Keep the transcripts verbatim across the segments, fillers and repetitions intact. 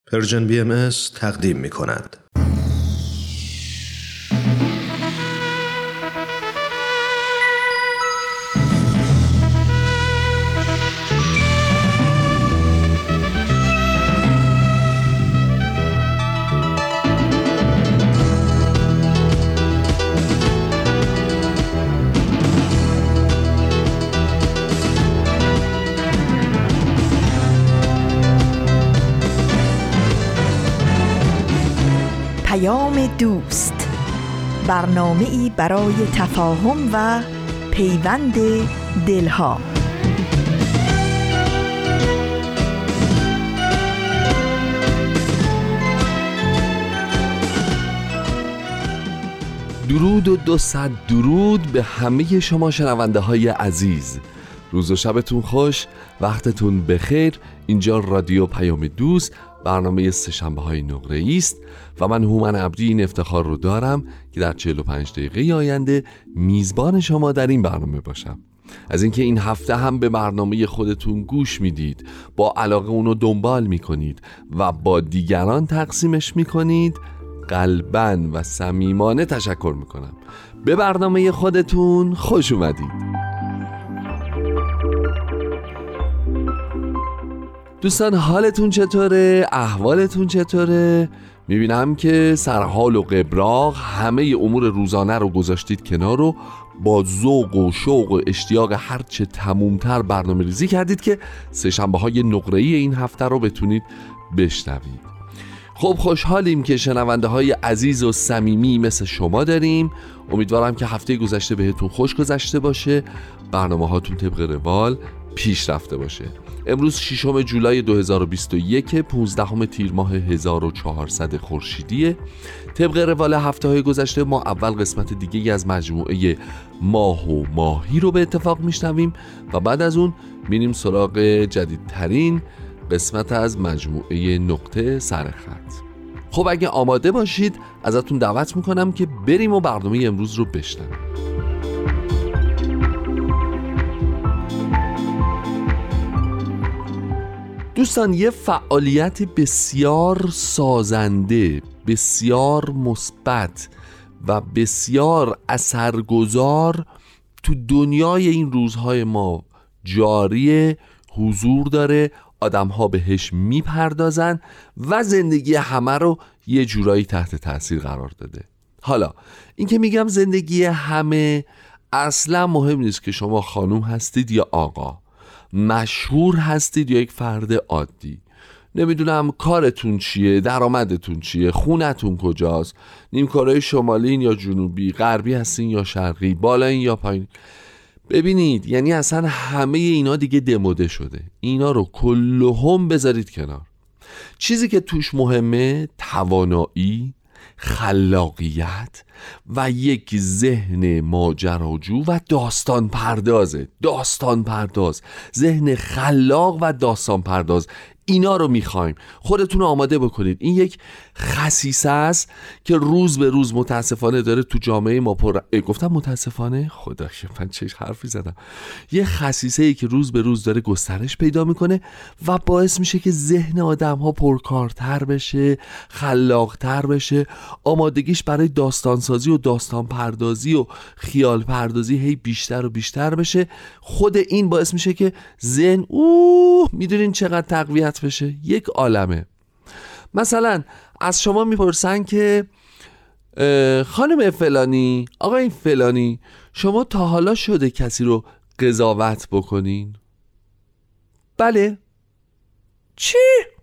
پرژن بی ام اس تقدیم می کند. دوست، برنامه‌ای برای تفاهم و پیوند دلها. درود و دو صد درود به همه شما شنونده های عزیز. روز و شبتون خوش، وقتتون بخیر. اینجا رادیو پیام دوست، برنامه سه‌شنبه های نقره‌ای است و من هومن عبدی این افتخار رو دارم که در چهل و پنج دقیقه آینده میزبان شما در این برنامه باشم. از اینکه این هفته هم به برنامه خودتون گوش میدید، با علاقه اونو دنبال میکنید و با دیگران تقسیمش میکنید، قلباً و صمیمانه تشکر میکنم. به برنامه خودتون خوش اومدید. دوستان، حالتون چطوره؟ احوالتون چطوره؟ میبینم که سرحال و قبراق همه امور روزانه رو گذاشتید کنار و با ذوق و شوق و اشتیاق هرچه تمومتر برنامه ریزی کردید که سه‌شنبه های نقره‌ای این هفته رو بتونید بشنوید. خب خوشحالیم که شنونده های عزیز و صمیمی مثل شما داریم. امیدوارم که هفته گذشته بهتون خوش گذشته باشه، برنامه هاتون طبق روال پیش رفته باشه. امروز ششم جولای دو هزار و بیست و یک، پانزدهم تیر ماه هزار و چهارصد خورشیدیه. طبق روال هفته های گذشته ما اول قسمت دیگه از مجموعه ماه و ماهی رو به اتفاق میشنویم و بعد از اون میریم سراغ جدیدترین قسمت از مجموعه نقطه سرخط. خب اگه آماده باشید ازتون دعوت میکنم که بریم و برنامه امروز رو بشنویم. دوستان، یه فعالیت بسیار سازنده، بسیار مثبت و بسیار اثرگذار تو دنیای این روزهای ما جاری حضور داره. آدم‌ها بهش میپردازن و زندگی همه رو یه جورایی تحت تاثیر قرار داده. حالا این که میگم زندگی همه، اصلا مهم نیست که شما خانوم هستید یا آقا، مشهور هستید یا یک فرد عادی، نمیدونم کارتون چیه، درآمدتون چیه، خونتون کجاست، نیمکره شمالین یا جنوبی، غربی هستین یا شرقی، بالایین یا پایین. ببینید، یعنی اصلا همه اینا دیگه دموده شده. اینا رو کلهم بذارید کنار. چیزی که توش مهمه توانایی، خلاقیت و یک ذهن ماجراجو و داستان پردازه. داستان پرداز، ذهن خلاق و داستان پرداز، اینا رو میخوایم. خودتون رو آماده بکنید. این یک خصیصه است که روز به روز متاسفانه داره تو جامعه ما پر. گفتم متاسفانه؟ خدا که من چه حرفی زدم. یه خصیصه ای که روز به روز داره گسترش پیدا میکنه و باعث میشه که ذهن آدم ها پرکارتر بشه، خلاقتر بشه، آمادگیش برای داستانسازی و داستان پردازی و خیال پردازی هی بیشتر و بیشتر بشه. خود این باعث میشه که ذهن اوه میدونین چقدر تقویت بشه. یک عالمه. مثلا از شما میپرسن که خانم فلانی، آقای فلانی، شما تا حالا شده کسی رو قضاوت بکنین؟ بله. چی؟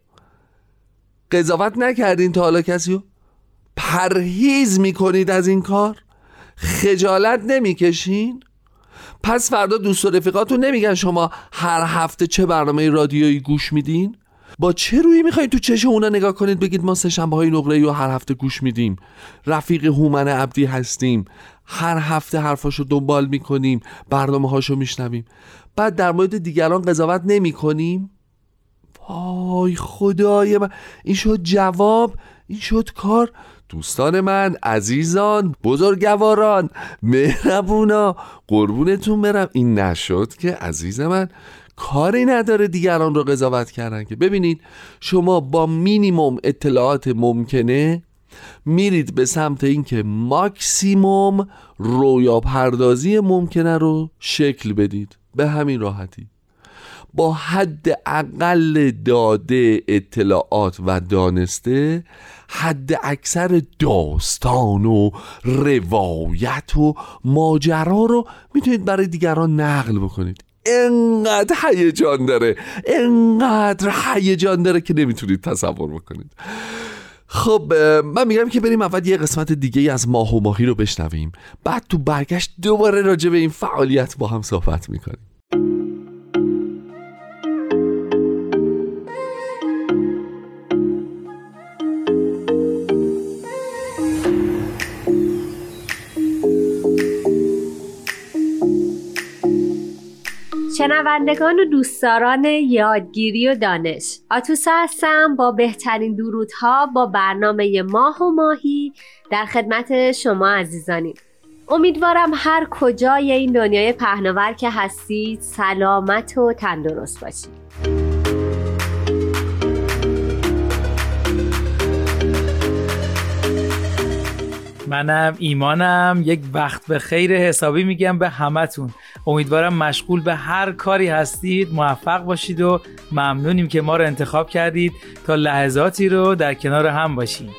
قضاوت نکردین تا حالا کسی رو؟ پرهیز میکنید از این کار؟ خجالت نمیکشین؟ پس فردا دوست و رفیقاتون نمیگن شما هر هفته چه برنامه رادیویی گوش میدین؟ با چه رویی میخواین تو چشم اونا نگاه کنید بگید ما سه‌شنبه های نقره‌ای رو هر هفته گوش میدیم، رفیق هومن عبدی هستیم، هر هفته حرفاشو دنبال میکنیم، برنامه هاشو میشنویم، بعد در مورد دیگران قضاوت نمیکنیم؟ وای خدای من، این شد جواب؟ این شد کار؟ دوستان من، عزیزان، بزرگواران، مهربونا، قربونتون برم. این نشد که عزیز من کاری نداره دیگران رو قضاوت کردن که. ببینید شما با مینیمم اطلاعات ممکنه میرید به سمت اینکه ماکسیموم رویا پردازی ممکنه رو شکل بدید. به همین راحتی با حد اقل داده اطلاعات و دانسته حد اکثر داستان و روایت و ماجرا رو میتونید برای دیگران نقل بکنید. انقدر هیجان داره، انقدر هیجان داره که نمیتونید تصور بکنید. خب من میگم که بریم اول یه قسمت دیگه از ماه و ماهی رو بشنویم، بعد تو برگشت دوباره راجع به این فعالیت با هم صحبت میکنیم. شنوندگان و دوستداران یادگیری و دانش، آتوسا هستم با بهترین درودها با برنامه ماه و ماهی در خدمت شما عزیزانیم. امیدوارم هر کجای این دنیای پهناور که هستید سلامت و تندرست باشید. منم ایمانم، یک وقت به خیر حسابی میگم به همتون. امیدوارم مشغول به هر کاری هستید موفق باشید و ممنونیم که ما رو انتخاب کردید تا لحظاتی رو در کنار هم باشیم.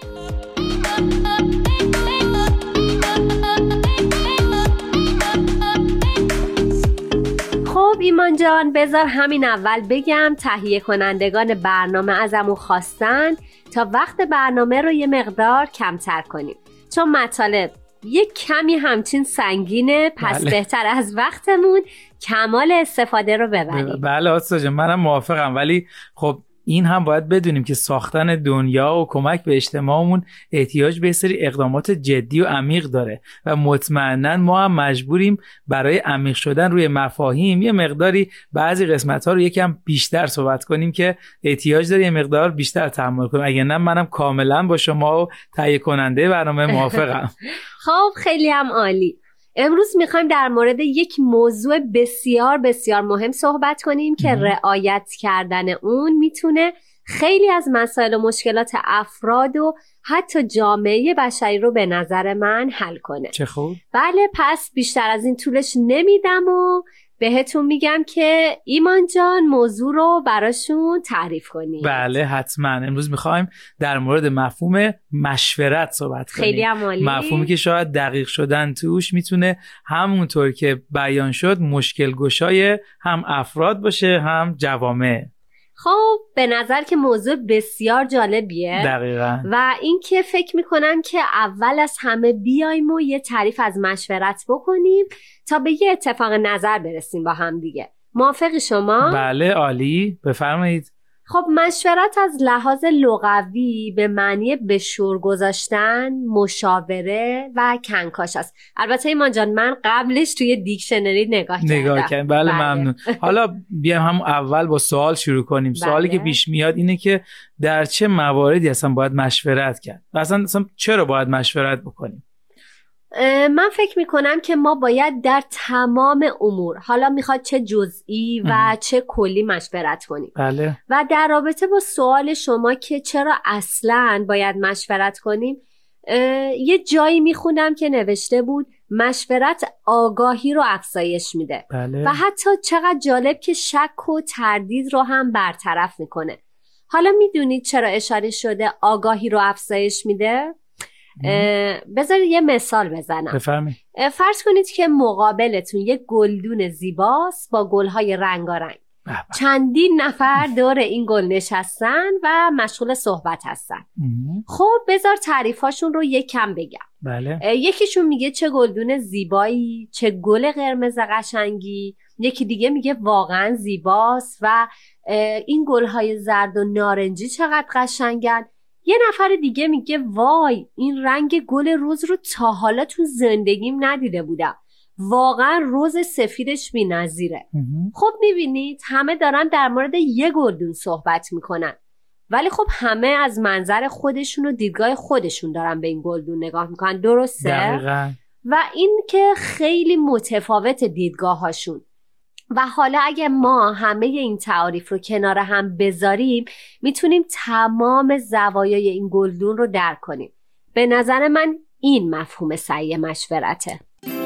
خب ایمان جان، بذار همین اول بگم تهیه کنندگان برنامه ازمون خواستن تا وقت برنامه رو یه مقدار کمتر کنیم، چون مطالب یک کمی همچین سنگینه، پس بله. بهتر از وقتمون کمال استفاده رو ببریم. بله آتوسا جان، منم موافقم، ولی خب این هم باید بدونیم که ساختن دنیا و کمک به اجتماعمون احتیاج به سری اقدامات جدی و عمیق داره و مطمئناً ما هم مجبوریم برای عمیق شدن روی مفاهیم یه مقداری بعضی قسمت‌ها رو یکم بیشتر صحبت کنیم که احتیاج داره یه مقدار بیشتر تحمل کنیم. اگه نه منم کاملاً با شما و تهیه کننده برنامه موافقم. خب خیلی هم عالی. امروز میخوایم در مورد یک موضوع بسیار بسیار مهم صحبت کنیم که رعایت کردن اون میتونه خیلی از مسائل و مشکلات افراد و حتی جامعه بشری رو به نظر من حل کنه. چه خوب. بله، پس بیشتر از این طولش نمیدم و بهتون میگم که ایمان جان موضوع رو براشون تعریف کنیم. بله حتما. امروز میخوایم در مورد مفهوم مشورت صحبت کنیم. خیلی عالی. مفهومی که شاید دقیق شدن توش میتونه همونطور که بیان شد مشکل گشای هم افراد باشه هم جوامع. خب به نظر که موضوع بسیار جالبیه. دقیقاً. و این که فکر میکنم که اول از همه بیایم و یه تعریف از مشورت بکنیم تا به یه اتفاق نظر برسیم با هم دیگه. موافقی شما؟ بله عالی، بفرمایید. خب مشورت از لحاظ لغوی به معنی به شور گذاشتن، مشاوره و کنکاش است. البته ایمان جان من قبلش توی دیکشنری نگاه کردم. نگاه کردم. بله, بله ممنون. حالا بیایم هم اول با سوال شروع کنیم. بله. سوالی که پیش میاد اینه که در چه مواردی اصلا باید مشورت کرد؟ اصلا, اصلا چرا باید مشورت بکنیم؟ من فکر میکنم که ما باید در تمام امور، حالا میخواد چه جزئی و ام. چه کلی مشورت کنیم. بله. و در رابطه با سوال شما که چرا اصلاً باید مشورت کنیم، یه جایی میخونم که نوشته بود مشورت آگاهی رو افزایش میده. بله. و حتی چقدر جالب که شک و تردید رو هم برطرف میکنه. حالا میدونید چرا اشاره شده آگاهی رو افزایش میده؟ بذارید یه مثال بزنم. بفرمایید. فرض کنید که مقابلتون یک گلدون زیباست با گل‌های رنگارنگ. چندین نفر دور این گل نشستن و مشغول صحبت هستن. خب بذار تعریفاشون رو یک کم بگم. بله. یکیشون میگه چه گلدون زیبایی، چه گل قرمز قشنگی. یکی دیگه میگه واقعا زیباست و این گل‌های زرد و نارنجی چقدر قشنگن. یه نفر دیگه میگه وای این رنگ گل رز رو تا حالا تو زندگیم ندیده بودم، واقعا رز سفیدش بی‌نظیره. خب میبینید همه دارن در مورد یه گلدون صحبت میکنن، ولی خب همه از منظر خودشون و دیدگاه خودشون دارن به این گلدون نگاه میکنن. درسته؟ دقیقاً. و این که خیلی متفاوت دیدگاه هاشون. و حالا اگه ما همه این تعاریف رو کنار هم بذاریم میتونیم تمام زوایای این گلدون رو درک کنیم. به نظر من این مفهوم سعی مشورته.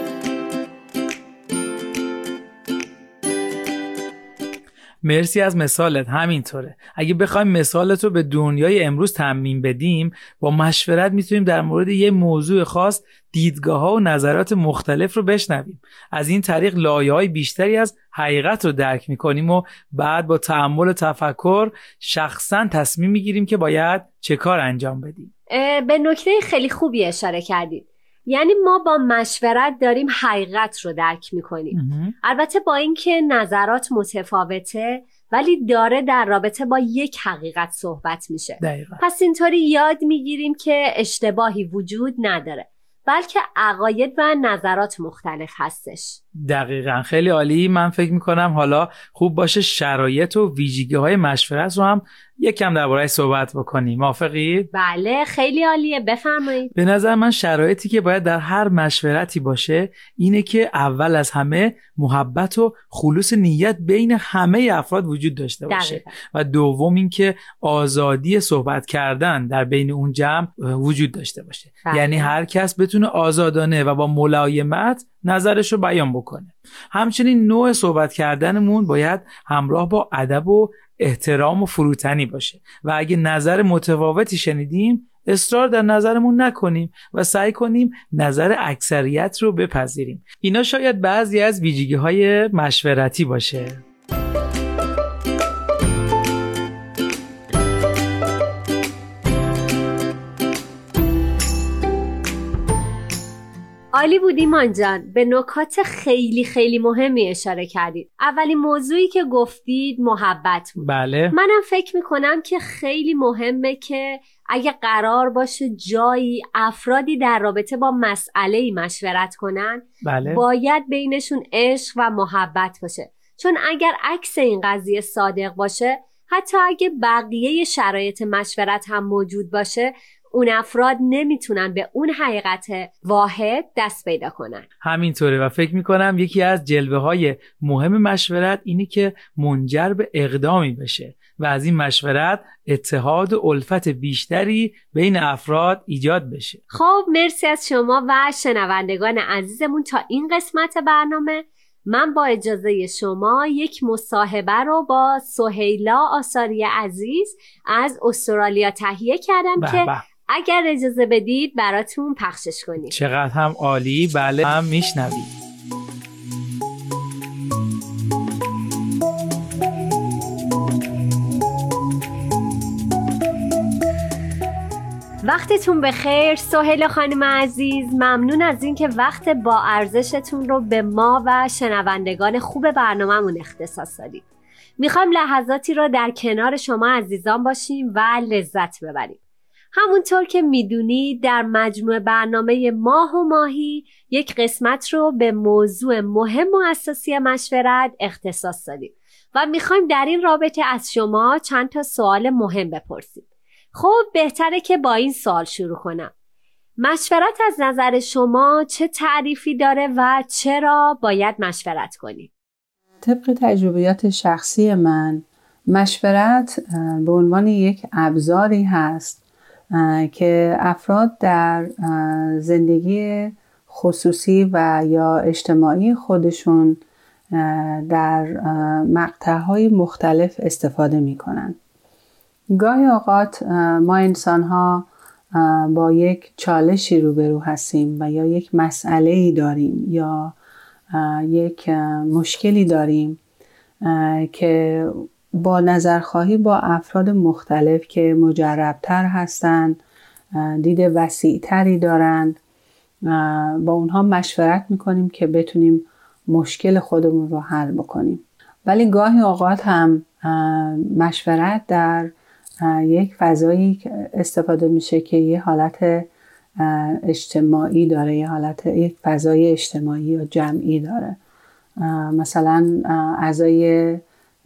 مرسی از مثالت. همینطوره. اگه بخوایم مثالت رو به دنیای امروز تعمیم بدیم، با مشورت میتونیم در مورد یه موضوع خاص دیدگاه‌ها و نظرات مختلف رو بشنویم. از این طریق لایه‌های بیشتری از حقیقت رو درک میکنیم و بعد با تأمل و تفکر شخصاً تصمیم میگیریم که باید چه کار انجام بدیم. به نکته خیلی خوبی اشاره کردید. یعنی ما با مشورت داریم حقیقت رو درک میکنیم. البته با اینکه نظرات متفاوته، ولی داره در رابطه با یک حقیقت صحبت میشه. دقیقا. پس اینطوری یاد میگیریم که اشتباهی وجود نداره، بلکه عقاید و نظرات مختلف هستش. دقیقاً. خیلی عالی. من فکر میکنم حالا خوب باشه شرایط و ویژگی‌های مشورت رو هم یکم درباره‌اش صحبت بکنیم. موافقی؟ بله، خیلی عالیه. بفرمایید. به نظر من شرایطی که باید در هر مشورتی باشه اینه که اول از همه محبت و خلوص نیت بین همه افراد وجود داشته باشه. دقیقا. و دوم این که آزادی صحبت کردن در بین اون جمع وجود داشته باشه. بله. یعنی هر کس بتونه آزادانه و با ملایمت نظرش رو بیان بکنه. همچنین نوع صحبت کردنمون باید همراه با ادب و احترام و فروتنی باشه و اگه نظر متفاوتی شنیدیم اصرار در نظرمون نکنیم و سعی کنیم نظر اکثریت رو بپذیریم. اینا شاید بعضی از ویژگی‌های مشورتی باشه. عالی بود ایمان جان. به نکات خیلی خیلی مهمی اشاره کردید. اولین موضوعی که گفتید محبت بود. بله. منم فکر میکنم که خیلی مهمه که اگه قرار باشه جایی افرادی در رابطه با مسئله‌ای مشورت کنن، بله. باید بینشون عشق و محبت باشه. چون اگر عکس این قضیه صادق باشه، حتی اگه بقیه شرایط مشورت هم موجود باشه، اون افراد نمیتونن به اون حقیقت واحد دست پیدا کنن. همینطوره و فکر میکنم یکی از جلوه های مهم مشورت اینی که منجر به اقدامی بشه و از این مشورت اتحاد و الفت بیشتری بین افراد ایجاد بشه. خب مرسی از شما و شنوندگان عزیزمون تا این قسمت برنامه. من با اجازه شما یک مصاحبه رو با سهیلا آثاری عزیز از استرالیا تهیه کردم بح که بح. اگر اجازه بدید براتون پخشش کنیم. چقدر هم عالی. بله هم میشنوید. وقتتون بخیر سهیلا خانم عزیز. ممنون از اینکه وقت با ارزشتون رو به ما و شنوندگان خوب برنامه‌مون اختصاص دادید. میخوایم لحظاتی رو در کنار شما عزیزان باشیم و لذت ببریم. همونطور که میدونید در مجموع برنامه ماه و ماهی یک قسمت رو به موضوع مهم و اساسی مشورت اختصاص دادیم و میخوایم در این رابطه از شما چند تا سوال مهم بپرسیم. خب بهتره که با این سوال شروع کنم. مشورت از نظر شما چه تعریفی داره و چرا باید مشورت کنیم؟ طبق تجربیات شخصی من، مشورت به عنوان یک ابزاری هست که افراد در زندگی خصوصی و یا اجتماعی خودشون در مقطع‌های مختلف استفاده می‌کنند. گاهی اوقات ما انسان‌ها با یک چالشی روبرو هستیم و یا یک مسئله‌ای داریم یا یک مشکلی داریم که با نظرخواهی با افراد مختلف که مجربتر هستند، دید وسیعتری دارند، با اونها مشورت میکنیم که بتونیم مشکل خودمون رو حل بکنیم. ولی گاهی اوقات هم مشورت در یک فضایی استفاده میشه که یه حالت اجتماعی داره، یه حالت یک فضای اجتماعی یا جمعی داره. مثلا اعضای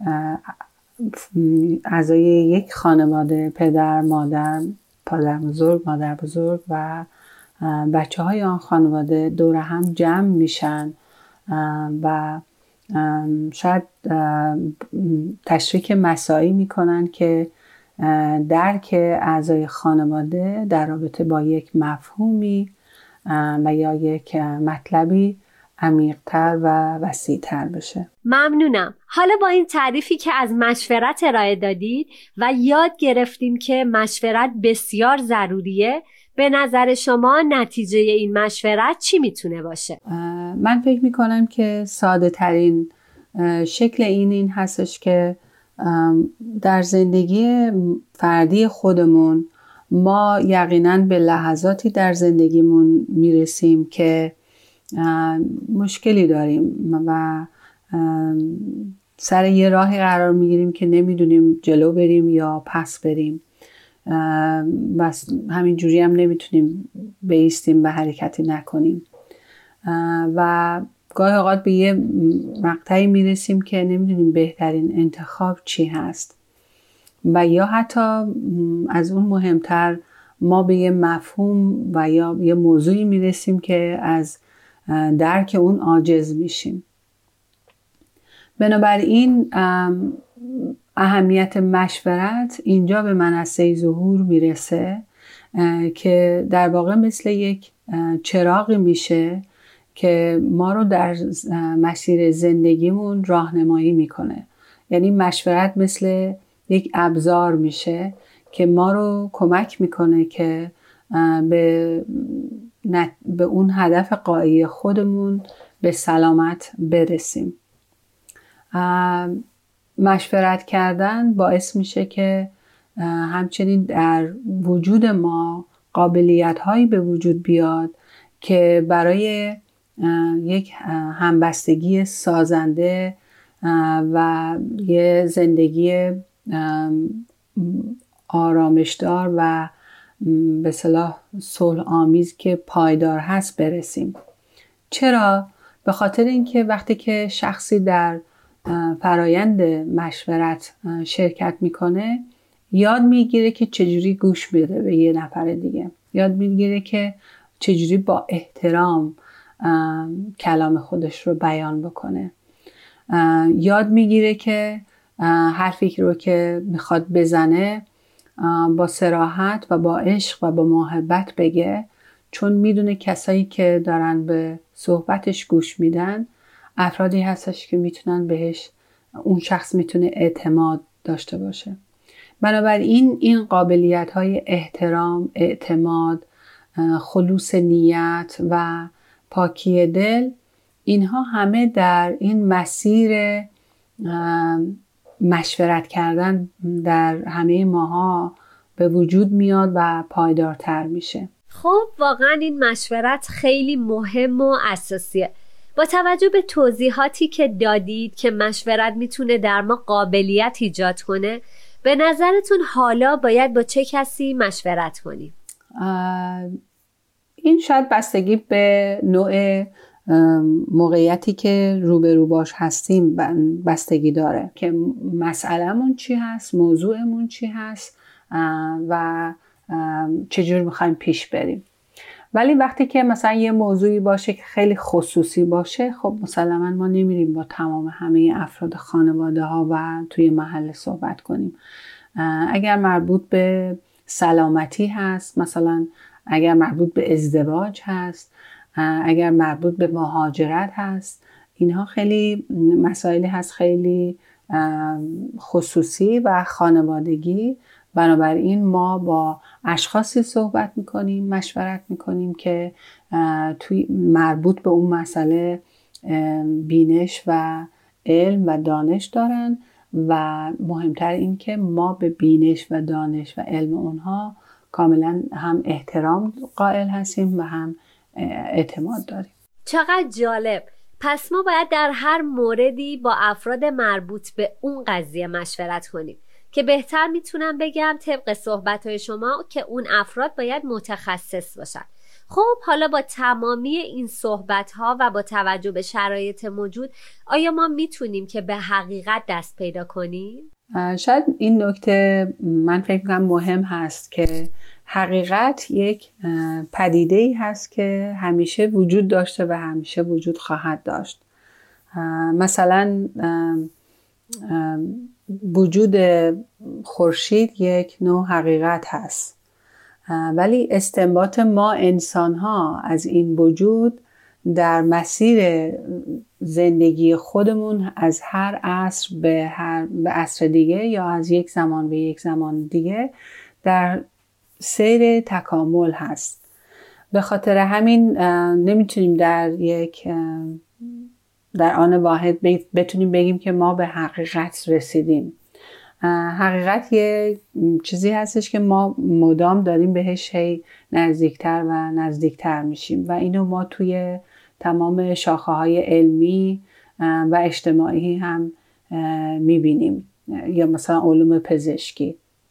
اعضای یک خانواده، پدر، مادر، پدر بزرگ، مادر بزرگ و بچه های آن خانواده دور هم جمع میشن و شاید تشریک مساعی میکنن که درک اعضای خانواده در رابطه با یک مفهومی و یا یک مطلبی عمیق‌تر و وسیع‌تر بشه. ممنونم. حالا با این تعریفی که از مشورت ارائه دادید و یاد گرفتیم که مشورت بسیار ضروریه، به نظر شما نتیجه این مشورت چی میتونه باشه؟ من فکر میکنم که ساده ترین شکل این این هستش که در زندگی فردی خودمون ما یقیناً به لحظاتی در زندگیمون میرسیم که مشکلی داریم و سر یه راهی قرار میگیریم که نمیدونیم جلو بریم یا پس بریم، بس همین جوری هم نمیتونیم بایستیم و حرکتی نکنیم و گاهی اوقات به یه مقطعی میرسیم که نمیدونیم بهترین انتخاب چی هست و یا حتی از اون مهمتر ما به یه مفهوم و یا یه موضوعی میرسیم که از درک اون عاجز میشیم. بنابراین اهمیت مشورت اینجا به منصه ظهور میرسه که در واقع مثل یک چراغی میشه که ما رو در مسیر زندگیمون راهنمایی میکنه. یعنی مشورت مثل یک ابزار میشه که ما رو کمک میکنه که به به اون هدف غایی خودمون به سلامت برسیم. مشورت کردن باعث میشه که همچنین در وجود ما قابلیت هایی به وجود بیاد که برای یک همبستگی سازنده و یه زندگی آرامشدار و به اصطلاح صلح آمیز که پایدار هست برسیم. چرا؟ به خاطر اینکه وقتی که شخصی در فرایند مشورت شرکت میکنه یاد میگیره که چجوری گوش بده به یه نفر دیگه، یاد میگیره که چجوری با احترام کلام خودش رو بیان بکنه، یاد میگیره که حرفی رو که میخواد بزنه با صراحت و با عشق و با محبت بگه، چون میدونه کسایی که دارن به صحبتش گوش میدن افرادی هستش که میتونن بهش، اون شخص میتونه اعتماد داشته باشه. بنابراین این قابلیت های احترام، اعتماد، خلوص نیت و پاکی دل، اینها همه در این مسیر مشورت کردن در همه ماها به وجود میاد و پایدارتر میشه. خب واقعا این مشورت خیلی مهم و اساسیه. با توجه به توضیحاتی که دادید که مشورت میتونه در ما قابلیت ایجاد کنه، به نظرتون حالا باید با چه کسی مشورت کنیم؟ این شاید بستگی به نوع موقعیتی که روبرو باش هستیم بستگی داره که مسئله‌مون چی هست، موضوعمون چی هست و چجور میخوایم پیش بریم. ولی وقتی که مثلا یه موضوعی باشه که خیلی خصوصی باشه، خب مسلماً ما نمیریم با تمام همه افراد خانواده ها و توی محل صحبت کنیم. اگر مربوط به سلامتی هست، مثلا اگر مربوط به ازدواج هست، اگر مربوط به مهاجرت هست، اینها خیلی مسائلی هست خیلی خصوصی و خانوادگی. بنابراین ما با اشخاصی صحبت میکنیم، مشورت میکنیم که توی مربوط به اون مسئله بینش و علم و دانش دارن و مهمتر این که ما به بینش و دانش و علم اونها کاملا هم احترام قائل هستیم و هم اعتماد داریم. چقدر جالب. پس ما باید در هر موردی با افراد مربوط به اون قضیه مشورت کنیم که بهتر میتونم بگم طبق صحبت‌های شما که اون افراد باید متخصص باشن. خب حالا با تمامی این صحبت‌ها و با توجه به شرایط موجود، آیا ما میتونیم که به حقیقت دست پیدا کنیم؟ شاید این نکته من فکر می‌کنم مهم هست که حقیقت یک پدیده‌ای هست که همیشه وجود داشته و همیشه وجود خواهد داشت مثلا وجود خورشید یک نوع حقیقت هست، ولی استنباط ما انسان ها از این وجود در مسیر زندگی خودمون از هر عصر به هر به عصر دیگه یا از یک زمان به یک زمان دیگه در سیر تکامل هست. به خاطر همین نمیتونیم در یک در آن واحد بتونیم بگیم که ما به حقیقت رسیدیم. حقیقت یه چیزی هستش که ما مدام داریم بهش هی نزدیکتر و نزدیکتر میشیم و اینو ما توی تمام شاخه های علمی و اجتماعی هم میبینیم، یا مثلا علوم پزشکی.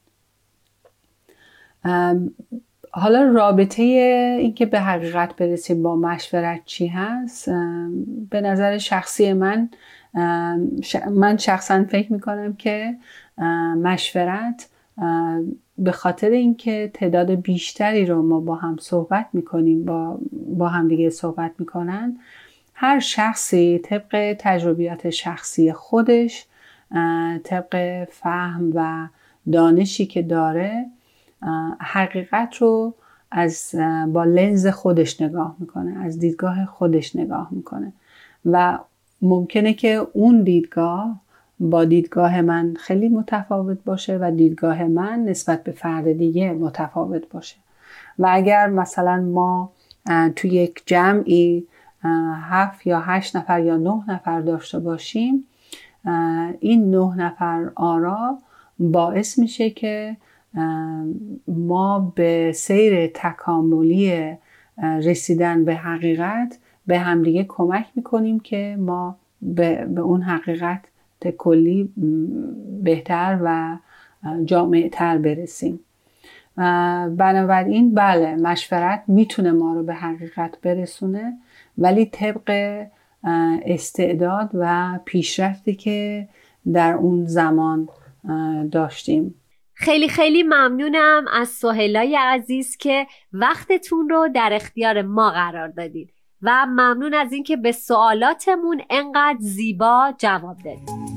حالا رابطه این که به حقیقت برسیم با مشورت چی هست؟ به نظر شخصی من من شخصا فکر میکنم که مشورت به خاطر اینکه تعداد بیشتری رو ما با هم صحبت میکنیم، با با هم دیگه صحبت میکنن، هر شخصی طبق تجربیات شخصی خودش، طبق فهم و دانشی که داره، حقیقت رو از با لنز خودش نگاه میکنه، از دیدگاه خودش نگاه میکنه و ممکنه که اون دیدگاه با دیدگاه من خیلی متفاوت باشه و دیدگاه من نسبت به فرد دیگه متفاوت باشه. و اگر مثلا ما توی یک جمعی هفت یا هشت نفر یا نه نفر داشته باشیم، این نه نفر آرا باعث میشه که ما به سیر تکاملی رسیدن به حقیقت به همدیگه کمک میکنیم که ما به, به اون حقیقت کلی بهتر و جامع‌تر برسیم. بنابراین بله، مشورت میتونه ما رو به حقیقت برسونه، ولی طبق استعداد و پیشرفتی که در اون زمان داشتیم. خیلی خیلی ممنونم از سهیلای عزیز که وقتتون رو در اختیار ما قرار دادید و ممنون از اینکه به سوالاتمون انقدر زیبا جواب دادید.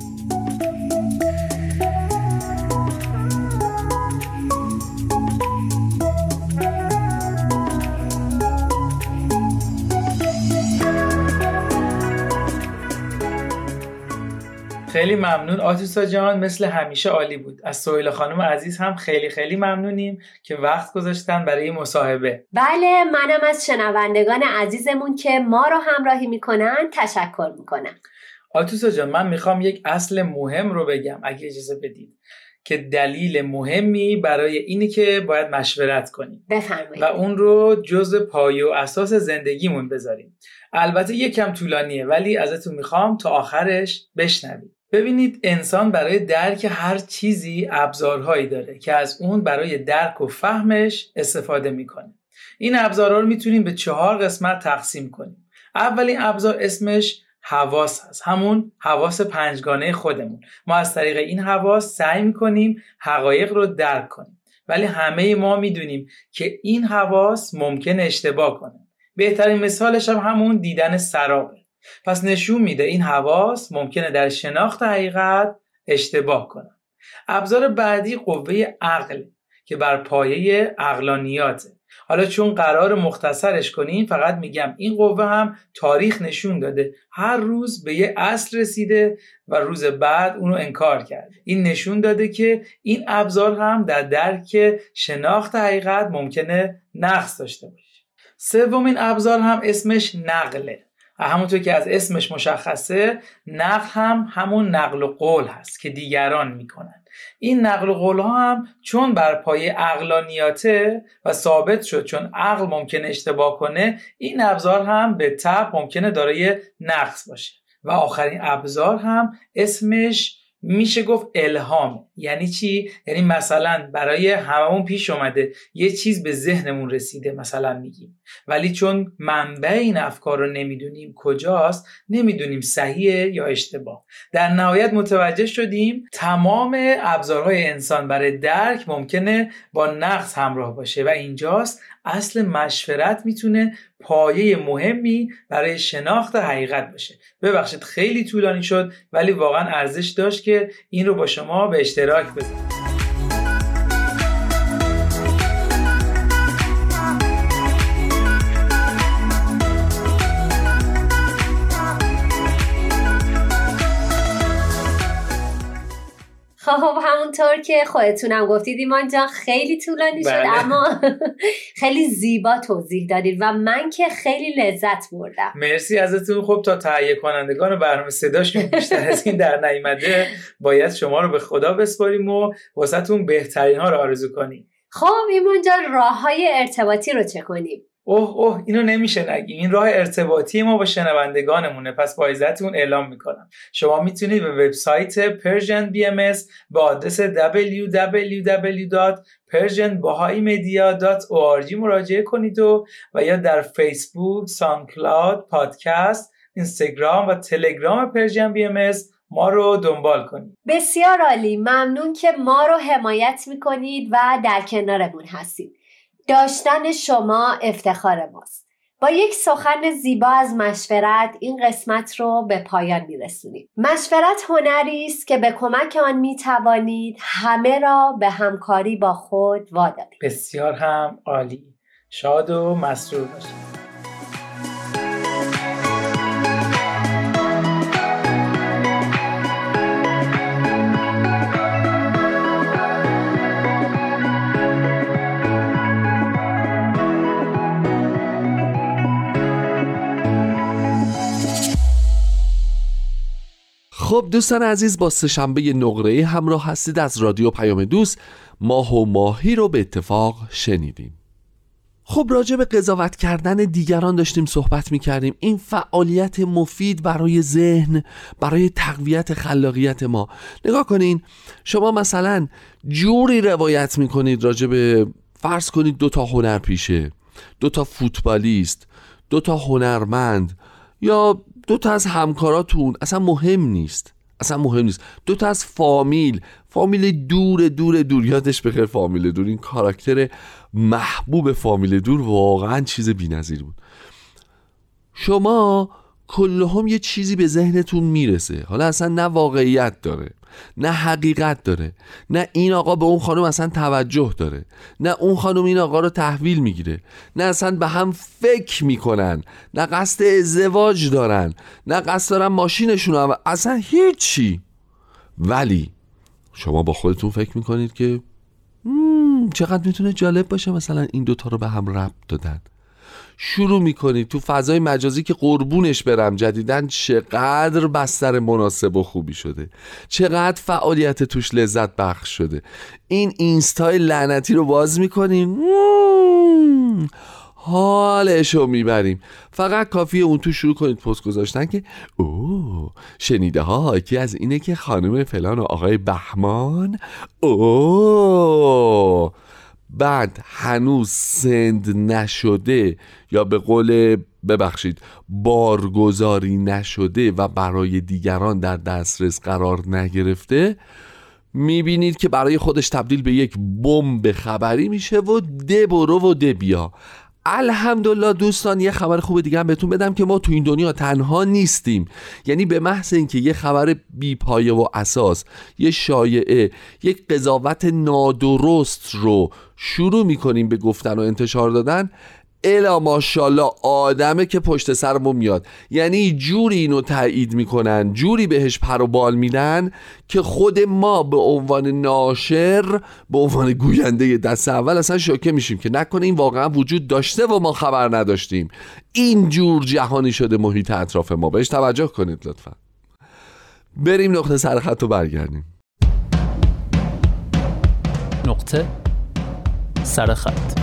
خیلی ممنون آتوسا جان، مثل همیشه عالی بود. از سهیلا خانم عزیز هم خیلی خیلی ممنونیم که وقت گذاشتن برای مصاحبه. بله، منم از شنوندگان عزیزمون که ما رو همراهی میکنن تشکر میکنم. آتوسا جان، من میخوام یک اصل مهم رو بگم اگه اجازه بدید، که دلیل مهمی برای اینی که باید مشورت کنیم. بفرمایید. و اون رو جزء پایه و اساس زندگیمون بذاریم. البته یکم طولانیه، ولی ازتون میخوام تا آخرش بشنوید. ببینید، انسان برای درک هر چیزی ابزارهایی داره که از اون برای درک و فهمش استفاده میکنه. این ابزارها رو میتونیم به چهار قسمت تقسیم کنیم. اولین ابزار اسمش حواس هست، همون حواس پنجگانه خودمون. ما از طریق این حواس سعی میکنیم حقایق رو درک کنیم، ولی همه ما میدونیم که این حواس ممکن اشتباه کنه. بهترین مثالش هم همون دیدن سرابه. پس نشون میده این حواس ممکنه در شناخت حقیقت اشتباه کنه. ابزار بعدی قوه عقل که بر پایه عقلانیاته. حالا چون قرار مختصرش کنیم، فقط میگم این قوه هم تاریخ نشون داده هر روز به یه اصل رسیده و روز بعد اونو انکار کرده. این نشون داده که این ابزار هم در درک شناخت حقیقت ممکنه نقص داشته باشه. سومین ابزار هم اسمش نقله. همونطور که از اسمش مشخصه، نقل هم همون نقل و قول هست که دیگران میکنن. این نقل و قول ها هم چون بر پایه عقلانیاته و ثابت شد چون عقل ممکنه اشتباه کنه، این ابزار هم به طبع ممکنه دارای نقص باشه. و آخرین ابزار هم اسمش میشه گفت الهامه، یعنی چی؟ یعنی مثلا برای هممون پیش اومده یه چیز به ذهنمون رسیده مثلا میگیم، ولی چون منبع این افکار رو نمیدونیم کجاست، نمیدونیم صحیحه یا اشتباه. در نهایت متوجه شدیم تمام ابزارهای انسان برای درک ممکنه با نقص همراه باشه و اینجاست اصل مشورت میتونه پایه مهمی برای شناخت حقیقت باشه. ببخشید خیلی طولانی شد، ولی واقعا ارزش داشت که این رو با شما به اشتراک بذارم. خب همونطور که خودتونم گفتید ایمان جان خیلی طولانی شد، بله. اما خیلی زیبا توضیح دادید و من که خیلی لذت بردم. مرسی ازتون. خب تا تهیه کنندگان برنامه صداشون بیشتر از این در نیامده، باید شما رو به خدا بسپاریم و واسهتون بهترین ها رو آرزو کنیم. خب ایمان جان راههای ارتباطی رو چه کنیم؟ اوه اوه اینو نمیشه نگیم، این راه ارتباطی ما با شنوندگانمونه، پس با عزتون اعلام میکنم. شما میتونید به وبسایت Persian بی ام اس با آدرس دبلیو دبلیو دبلیو دات پرژن بهایی مدیا دات او آر جی مراجعه کنید و و یا در فیسبوک، ساوندکلاود، پادکست، اینستاگرام و تلگرام پرژن بی ام اس ما رو دنبال کنید. بسیار عالی، ممنون که ما رو حمایت میکنید و در کنارمون هستید. داشتن شما افتخار ماست. با یک سخن زیبا از مشورت این قسمت رو به پایان میرسونیم. مشورت هنری است که به کمک آن میتوانید همه را به همکاری با خود وادارید. بسیار هم عالی. شاد و مسرور باشید. خب دوستان عزیز، با سه‌شنبه نقره‌ای همراه هستید از رادیو پیام دوست. ماه و ماهی رو به اتفاق شنیدیم. خب راجع به قضاوت کردن دیگران داشتیم صحبت می‌کردیم. این فعالیت مفید برای ذهن، برای تقویت خلاقیت ما. نگاه کنین، شما مثلا جوری روایت می‌کنید راجع به، فرض کنید دو تا هنرپیشه، دو تا فوتبالیست، دو تا هنرمند، یا دو تا از همکاراتون، اصلا مهم نیست، اصلا مهم نیست، دو تا از فامیل، فامیل دور دور دور، یادش بخیر فامیل دور، این کاراکتر محبوب فامیل دور واقعا چیز بی‌نظیر بود. شما کلهم یه چیزی به ذهنتون میرسه، حالا اصلا نه واقعیت داره، نه حقیقت داره، نه این آقا به اون خانم اصلا توجه داره، نه اون خانم این آقا رو تحویل میگیره، نه اصلا به هم فکر میکنن، نه قصد ازدواج دارن، نه قصد دارن ماشینشون رو، اصلا هیچی. ولی شما با خودتون فکر میکنید که چقدر میتونه جالب باشه مثلا این دوتا رو به هم ربط دادن. شروع میکنید تو فضای مجازی که قربونش برم جدیدن چقدر بستر مناسب و خوبی شده، چقدر فعالیت توش لذت بخش شده. این اینستای لعنتی رو باز میکنیم، حالشو میبریم. فقط کافیه اون تو شروع کنید پست گذاشتن که اوه شنیده ها حاکی از اینه که خانم فلان و آقای بهمان، اوه بعد هنوز سند نشده یا به قول ببخشید بارگذاری نشده و برای دیگران در دسترس قرار نگرفته، میبینید که برای خودش تبدیل به یک بمب خبری میشه و ده برو و ده بیا. الحمدلله دوستان، یه خبر خوب دیگه هم بهتون بدم که ما تو این دنیا تنها نیستیم. یعنی به محض اینکه یه خبر بی پایه و اساس، یه شایعه، یک قضاوت نادرست رو شروع میکنیم به گفتن و انتشار دادن، الا ماشاءالله آدمه که پشت سرمون میاد. یعنی جوری اینو تایید میکنن، جوری بهش پر و بال میدن که خود ما به عنوان ناشر، به عنوان گوینده دست اول اصلا شوکه میشیم که نکنه این واقعا وجود داشته و ما خبر نداشتیم. این جور جهانی شده محیط اطراف ما، بهش توجه کنید لطفا. بریم نقطه سرخط رو برگردیم. نقطه سرخط،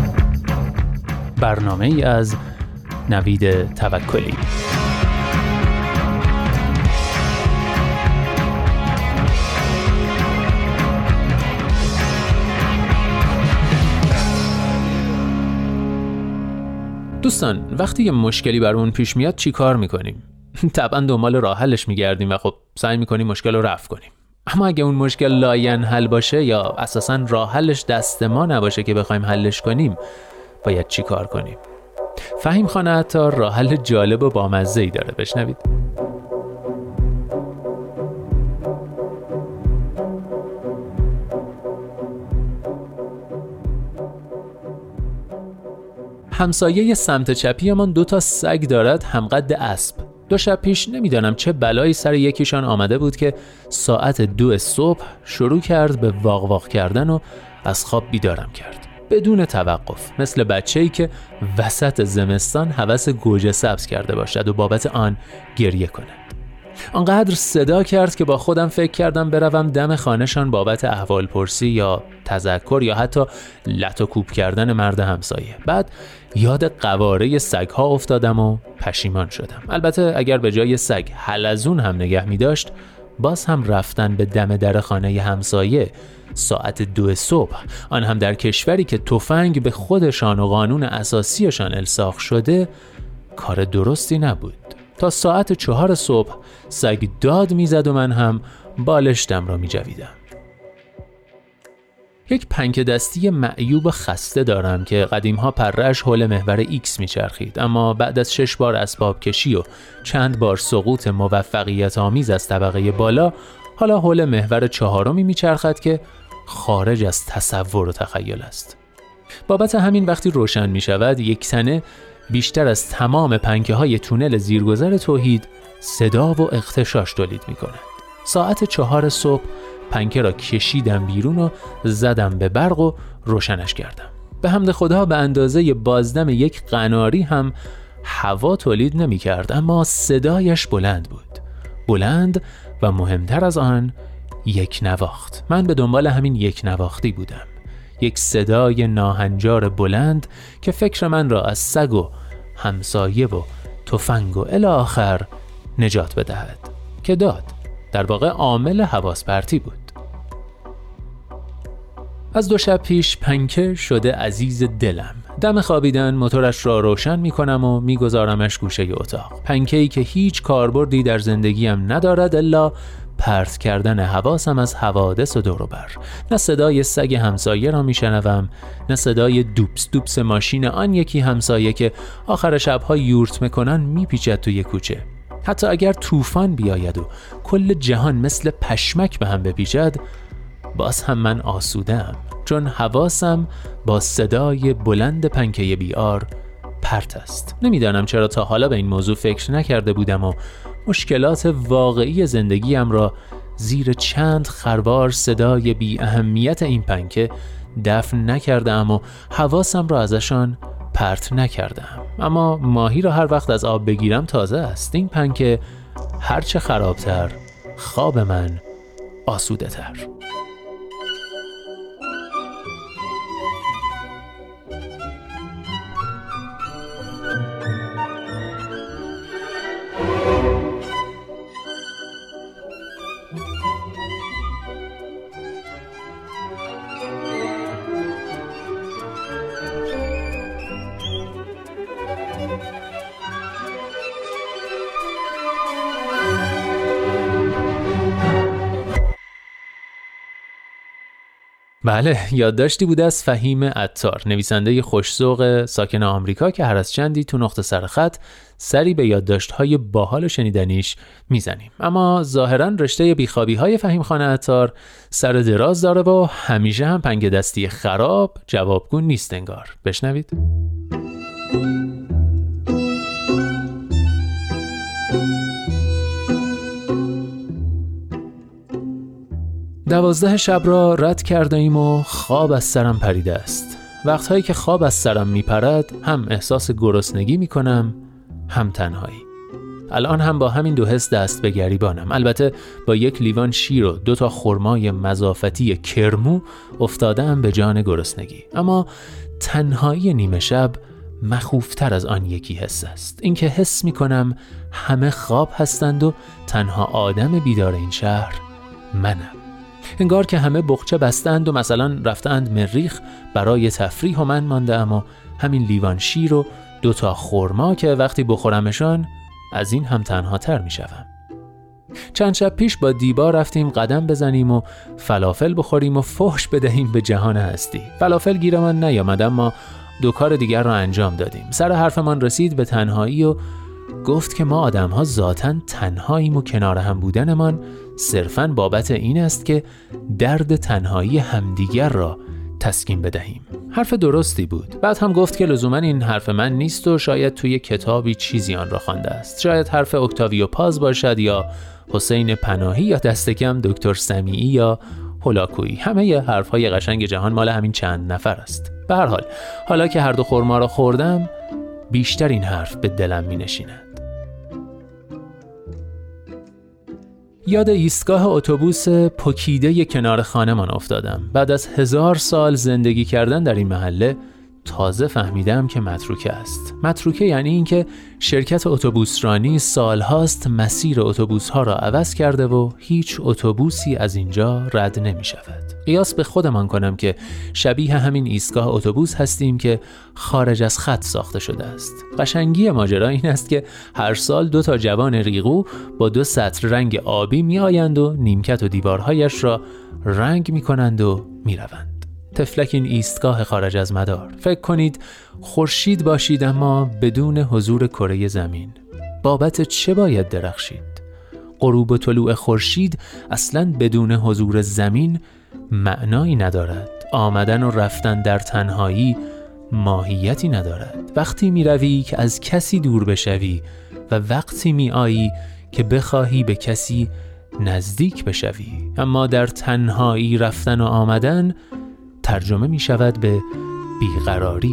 برنامه ای از نوید توکلی. دوستان، وقتی یه مشکلی برامون پیش میاد چی کار میکنیم؟ طبعا دنبال راه حلش میگردیم و خب سعی میکنیم مشکل رو رفع کنیم. اما اگه اون مشکل لاینحل باشه یا اساساً راه حلش دست ما نباشه که بخوایم حلش کنیم، باید چی کار کنیم؟ فهیم خان عطار راه حل جالب و بامزه‌ای داره، بشنوید. همسایه سمت چپیمان دو تا سگ دارد همقد اسب. دو شب پیش نمیدانم چه بلایی سر یکیشان آمده بود که ساعت دو صبح شروع کرد به واق واق کردن و از خواب بیدارم کرد بدون توقف، مثل بچه‌ای که وسط زمستان هوس گوجه سبز کرده باشد و بابت آن گریه کنه. آنقدر صدا کرد که با خودم فکر کردم بروم دم خانه‌شان بابت احوال پرسی یا تذکر یا حتی لت و کوب کردن مرد همسایه. بعد یاد قواره سگ‌ها افتادم و پشیمان شدم. البته اگر به جای سگ حلزون هم نگه می داشت، باز هم رفتن به دم در خانه همسایه ساعت دو صبح، آن هم در کشوری که تفنگ به خودشان و قانون اساسیشان الساق شده، کار درستی نبود. تا ساعت چهار صبح سگ داد میزد و من هم بالشتم را می جویدم. یک پنکه دستی معیوب خسته دارم که قدیمها پره‌اش حول محور ایکس می چرخید، اما بعد از شش بار اسباب کشی و چند بار سقوط موفقیت آمیز از طبقه بالا، حالا حول محور چهارمی می چرخد که خارج از تصور و تخیل است. بابت همین وقتی روشن می شود، یک تنه بیشتر از تمام پنکه های تونل زیرگذر توحید صدا و اغتشاش تولید می کند. ساعت چهار صبح پنکه را کشیدم بیرون و زدم به برق و روشنش کردم. به حمد خدا به اندازه بازدم یک قناری هم هوا تولید نمی کرد، اما صدایش بلند بود. بلند و مهمتر از آن یک نواخت. من به دنبال همین یک نواختی بودم. یک صدای ناهنجار بلند که فکر من را از سگ و همسایه و تفنگ و الی آخر نجات بدهد، که داد. در واقع عامل حواس پرتی بود. از دو شب پیش پنکه شده عزیز دلم. دم خوابیدن موتورش را روشن می کنم و می گذارمش گوشه اتاق. پنکه‌ای که هیچ کاربردی در زندگیم ندارد الا پرت کردن حواسم از حوادث و دور و بر. نه صدای سگ همسایه را می شنوم، نه صدای دوپس دوپس ماشین آن یکی همسایه که آخر شبها یورت میکنن می پیچد توی کوچه. حتی اگر طوفان بیاید و کل جهان مثل پشمک به هم بپیچد، باز هم من آسوده‌ام، چون حواسم با صدای بلند پنکه بیار پرت است. نمیدانم چرا تا حالا به این موضوع فکر نکرده بودم و مشکلات واقعی زندگیم را زیر چند خروار صدای بی اهمیت این پنکه دفن نکردم و حواسم را ازشان پرت نکردم. اما ماهی را هر وقت از آب بگیرم تازه است. این پنکه هرچه خرابتر، خواب من آسوده تر. بله، یادداشتی بود از فهیم عطار، نویسنده خوش‌ذوق ساکن آمریکا که هر از چندی تو نقطه سرخط سری به یادداشت‌های باحال شنیدنیش میزنیم. اما ظاهراً رشته بیخوابی‌های فهیم خان عطار سر دراز داره و همیشه هم پنکه دستی خراب جوابگو نیست انگار. بشنوید. دوازده شب را رد کرده ایم و خواب از سرم پریده است. وقتهایی که خواب از سرم میپرد هم احساس گرسنگی میکنم، هم تنهایی. الان هم با همین دو حس دست به گریبانم. البته با یک لیوان شیر و دو تا خرمای مضافتی کرمو افتادم به جان گرسنگی. اما تنهایی نیمه شب مخوفتر از آن یکی حس است. اینکه حس میکنم همه خواب هستند و تنها آدم بیدار این شهر منم. انگار که همه بخچه بستند و مثلا رفتند مریخ برای تفریح و من مانده، اما همین لیوان شیر و دوتا خرما که وقتی بخورمشان از این هم تنها تر می شوم. چند شب پیش با دیبا رفتیم قدم بزنیم و فلافل بخوریم و فحش بدهیم به جهان هستی. فلافل گیرمان نیامد، اما دو کار دیگر را انجام دادیم. سر حرفمان رسید به تنهایی و گفت که ما آدم ها ذاتاً تنهاییم و کنار هم بودنمان صرفاً بابت این است که درد تنهایی همدیگر را تسکین بدهیم. حرف درستی بود. بعد هم گفت که لزوماً این حرف من نیست و شاید توی کتابی چیزی آن را خوانده است. شاید حرف اکتاویو پاز باشد یا حسین پناهی یا دست کم دکتر سمیعی یا هولاکویی. همه ی حرف‌های قشنگ جهان مال همین چند نفر است. به هر حال حالا که هر دو خرما را خوردم بیشتر این حرف به دلم می‌نشیند. یاد ایستگاه اتوبوس پوکیده کنار خانه‌مان افتادم. بعد از هزار سال زندگی کردن در این محله تازه فهمیدم که متروکه است. متروکه یعنی این که شرکت اتوبوسرانی سالهاست مسیر اتوبوس‌ها را عوض کرده و هیچ اتوبوسی از اینجا رد نمی شود. قیاس به خودمان کنم که شبیه همین ایستگاه اتوبوس هستیم که خارج از خط ساخته شده است. قشنگی ماجرا این است که هر سال دو تا جوان ریغو با دو سطر رنگ آبی می آیند و نیمکت و دیوارهایش را رنگ می کنند و می روند. تفلک این ایستگاه خارج از مدار. فکر کنید خورشید باشید اما بدون حضور کره زمین. بابت چه باید درخشید؟ غروب و طلوع خورشید اصلاً بدون حضور زمین معنایی ندارد. آمدن و رفتن در تنهایی ماهیتی ندارد. وقتی می روی که از کسی دور بشوی و وقتی می آیی که بخواهی به کسی نزدیک بشوی. اما در تنهایی رفتن و آمدن ترجمه می شود به بیقراری.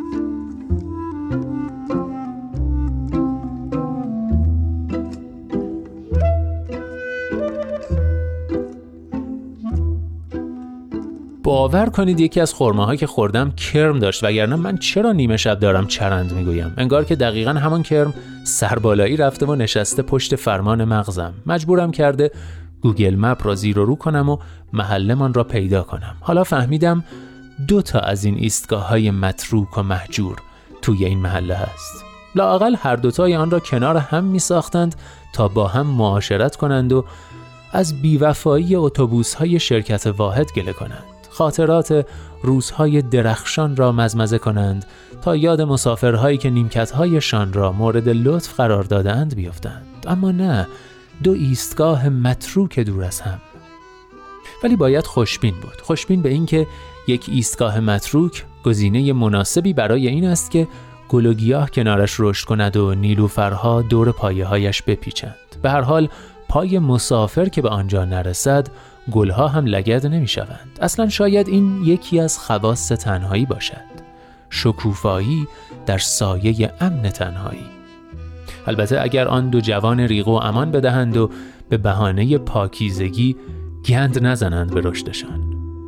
باور کنید یکی از خرماهایی که خوردم کرم داشت، وگرنه من چرا نیمه شب دارم چرند میگویم. انگار که دقیقاً همان کرم سربالایی رفته و نشسته پشت فرمان مغزم. مجبورم کرده گوگل مپ را زیر و رو کنم و محله من را پیدا کنم. حالا فهمیدم دو تا از این ایستگاه‌های متروک و مهجور توی این محله هست. لااقل هر دوتای آن را کنار هم می ساختند تا با هم معاشرت کنند و از بیوفایی اتوبوس‌های شرکت واحد گله کنند. خاطرات روزهای درخشان را مزمزه کنند تا یاد مسافرهایی که نیمکت‌هایشان را مورد لطف قرار دادند بیفتند. اما نه، دو ایستگاه متروک دور از هم. ولی باید خوشبین بود. خوشبین به این که یک ایستگاه متروک گزینه مناسبی برای این است که گل و گیاه کنارش رشد کند و نیلوفرها دور پایه‌هایش بپیچند. به هر حال پای مسافر که به آنجا نرسد گلها هم لگد نمی شوند. اصلا شاید این یکی از خواص تنهایی باشد. شکوفایی در سایه امن تنهایی. البته اگر آن دو جوان ریغو امان بدهند و به بهانه پاکیزگی گند نزنند به رشدشان.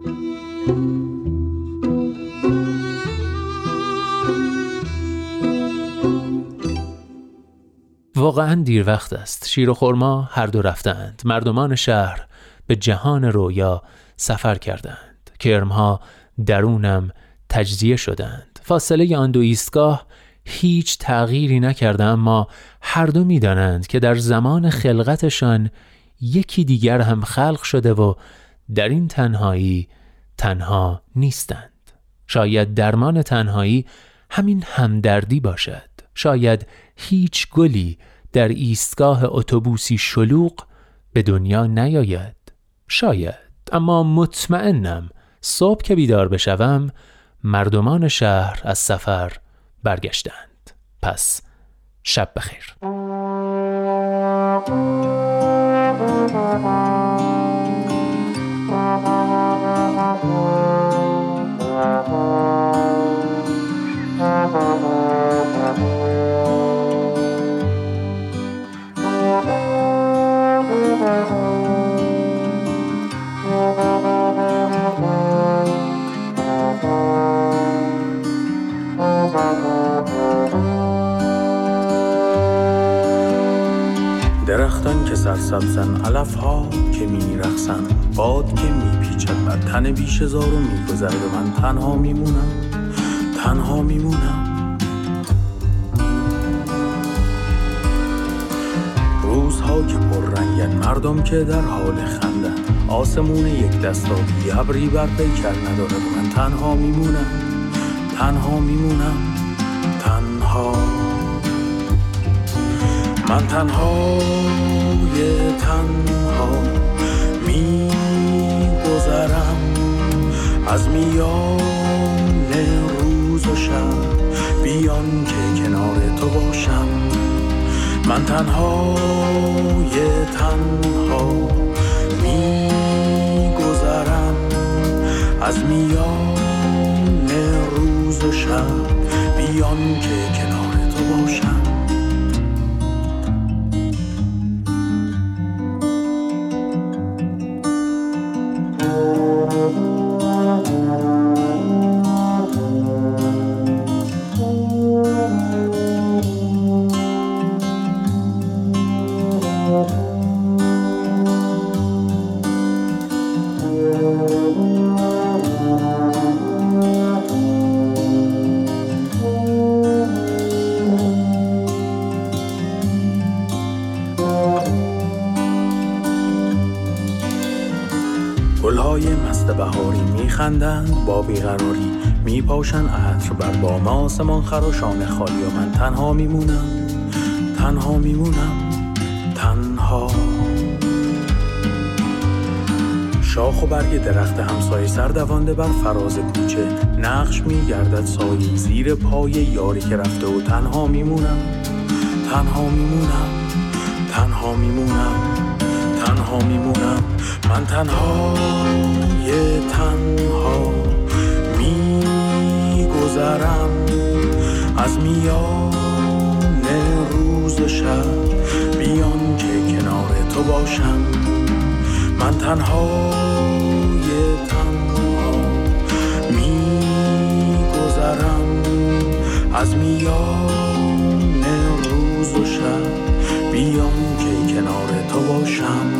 واقعا دیر وقت است. شیر و خرما هر دو رفتند. مردمان شهر به جهان رویا سفر کردند. کرمها درونم تجزیه شدند. فاصله آن دو ایستگاه هیچ تغییری نکرده، اما هر دو می دانند که در زمان خلقتشان یکی دیگر هم خلق شده و در این تنهایی تنها نیستند. شاید درمان تنهایی همین همدردی باشد. شاید هیچ گلی در ایستگاه اتوبوسی شلوغ به دنیا نیاید. شاید، اما مطمئنم صبح که بیدار بشوم مردمان شهر از سفر برگشتند. پس شب بخیر. درختان که سرسبزن، علف ها که می رقصن، باد که می پیچد بر تن بیش زار و می گذرد و من تنها می مونم، تنها می مونم. مردم که در حال خندن، آسمون یک دستابی ابری بر پیکر نداره. من تنها میمونم، تنها میمونم، تنها. من تنهای تنها میگذرم از میان روز و شب، بیان که کنار تو باشم. من تنهای تنها میگذرم از میان روز و شب، بیان که کنار تو باشم. گلهای مست بهاری میخندند با بیقراری، میپاشن عطر بر بام آسمان خراشان خالی. و من تنها میمونم، تنها میمونم، تنها. شاخ و برگ درخت همسایه سردوانده بر فراز کوچه، نقش میگردد سایه زیر پای یاری که رفته. و تنها میمونم، تنها میمونم، تنها میمونم، تنها میمونم. من تنهای تنها میگذرم از میان روز و شب، بیان که کنار تو باشم. من تنهای تنها میگذرم از میان روز و شب، بیان که کنار تو باشم.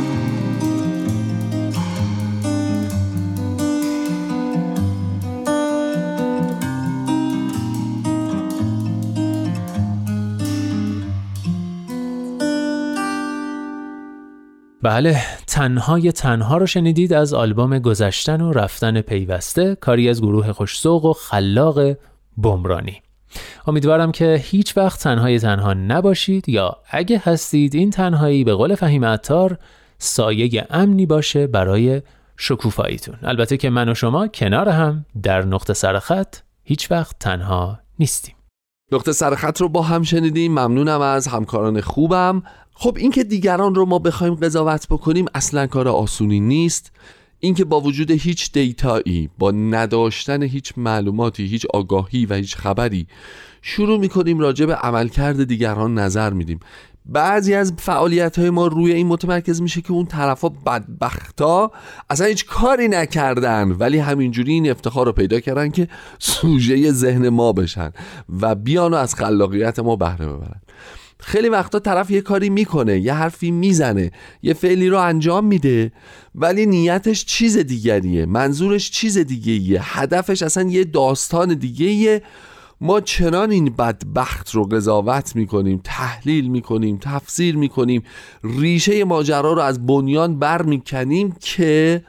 بله، تنهای تنها رو شنیدید از آلبوم گذشتن و رفتن پیوسته، کاری از گروه خوش‌ذوق و خلاق بمرانی. امیدوارم که هیچ وقت تنهای تنها نباشید، یا اگه هستید این تنهایی به قول فهیم عطار سایه امنی باشه برای شکوفاییتون. البته که من و شما کنار هم در نقطه سرخط هیچ وقت تنها نیستیم. نقطه سرخط رو با هم شنیدیم. ممنونم از همکاران خوبم. خب این که دیگران رو ما بخوایم قضاوت بکنیم اصلا کار آسونی نیست. این که با وجود هیچ دیتایی، با نداشتن هیچ معلوماتی، هیچ آگاهی و هیچ خبری شروع میکنیم راجع به عملکرد دیگران نظر میدیم. بعضی از فعالیت‌های ما روی این متمرکز میشه که اون طرفا بدبختا اصلا هیچ کاری نکردن، ولی همینجوری این افتخار رو پیدا کردن که سوژه ذهن ما بشن و بیان و از خلاقیت ما بهره ببرن. خیلی وقتا طرف یه کاری میکنه، یه حرفی میزنه، یه فعلی رو انجام میده، ولی نیتش چیز دیگریه، منظورش چیز دیگه‌ایه، هدفش اصلا یه داستان دیگه‌ایه. ما چنان این بدبخت رو قضاوت میکنیم، تحلیل میکنیم، تفسیر میکنیم، ریشه ماجرا رو از بنیان بر میکنیم که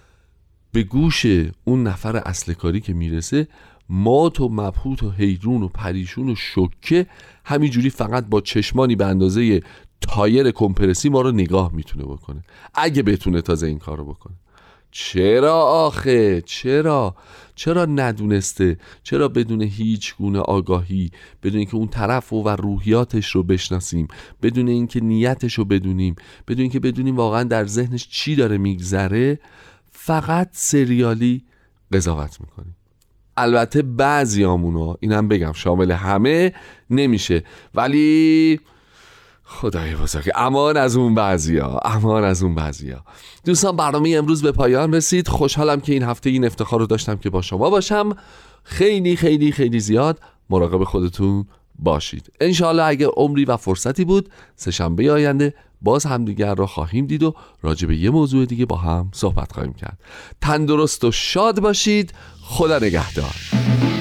به گوش اون نفر اصل کاری که میرسه مات و مبهوت و حیرون و پریشون و شوکه، همینجوری فقط با چشمانی به اندازه تایر کمپرسی ما رو نگاه میتونه بکنه، اگه بتونه تازه این کار رو بکنه. چرا آخه؟ چرا؟ چرا ندونسته؟ چرا بدون هیچ گونه آگاهی، بدون اینکه اون طرف و روحیاتش رو بشناسیم، بدون اینکه نیتش رو بدونیم، بدون اینکه بدونیم واقعا در ذهنش چی داره میگذره، فقط سریالی قضاوت میکنیم؟ البته بعضی آمونو، اینم بگم شامل همه نمیشه، ولی خدای بزرگ امان از اون بعضیا، امان از اون بعضیا. دوستان، برنامه امروز به پایان رسید. خوشحالم که این هفته این افتخار رو داشتم که با شما باشم. خیلی خیلی خیلی زیاد مراقب خودتون باشید. انشالله اگه عمری و فرصتی بود سه‌شنبه آینده باز همدیگر رو خواهیم دید و راجع به یه موضوع دیگه با هم صحبت خواهیم کرد. تندرست و شاد باشید. خدا نگهدار.